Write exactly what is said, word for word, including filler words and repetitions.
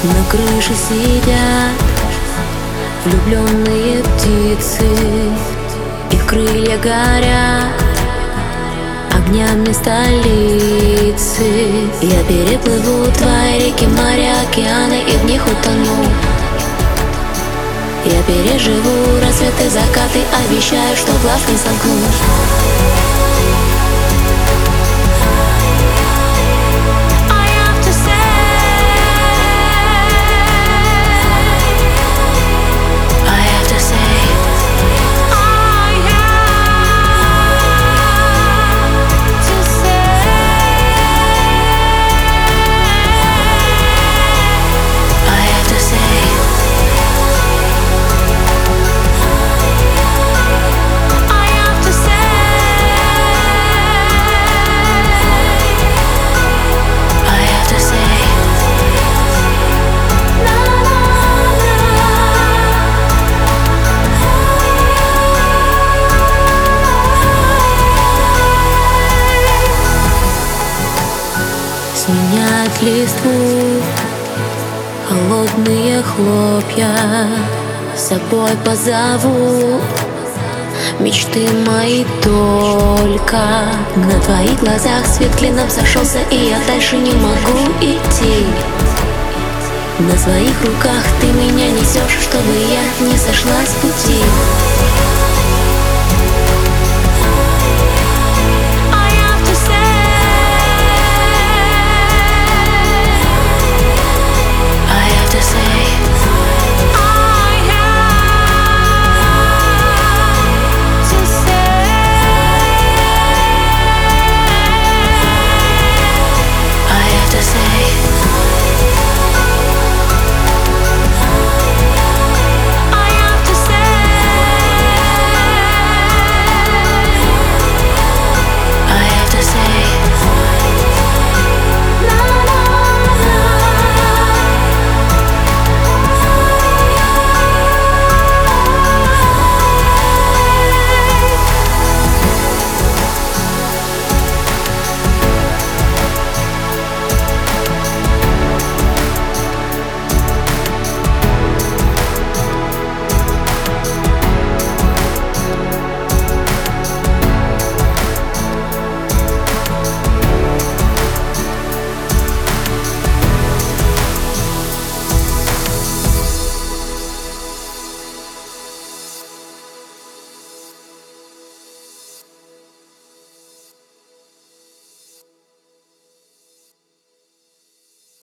На крыше сидят влюбленные птицы, их крылья горят огнями столицы. Я переплыву твои реки, моря, океаны и в них утону. Я переживу рассветы, закаты, обещаю, что глаз не сомкну. Сменяют листву холодные хлопья, с собой позову мечты мои только. На твоих глазах свет клином сошелся, и я дальше не могу идти. На своих руках ты меня несешь, чтобы я не сошла с пути.